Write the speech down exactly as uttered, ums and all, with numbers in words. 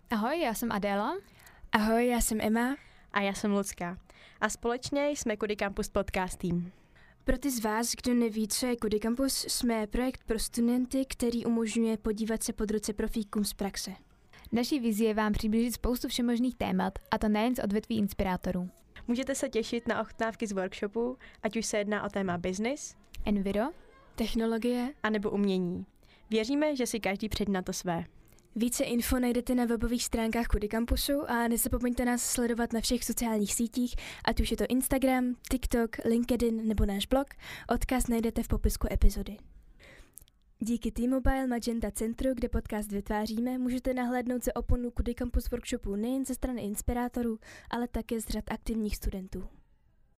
Ahoj, já jsem Adéla. Ahoj, já jsem Emma. A já jsem Lucka. A společně jsme Kudy Campus Podcast Team. Pro ty z vás, kdo neví, co je Kudy Campus, jsme projekt pro studenty, který umožňuje podívat se pod ruce profíkům z praxe. Naší vizí je vám přiblížit spoustu všemožných témat, a to nejen z odvětví inspirátorů. Můžete se těšit na ochutnávky z workshopů, ať už se jedná o téma business, enviro, technologie anebo umění. Věříme, že si každý přijde na to své. Více info najdete na webových stránkách Kudy Campusu a nezapomeňte nás sledovat na všech sociálních sítích, ať už je to Instagram, TikTok, LinkedIn nebo náš blog. Odkaz najdete v popisku epizody. Díky T-Mobile Magenta Centru, kde podcast vytváříme, můžete nahlédnout za oponu Kudy Campus workshopů nejen ze strany inspirátorů, ale také z řad aktivních studentů.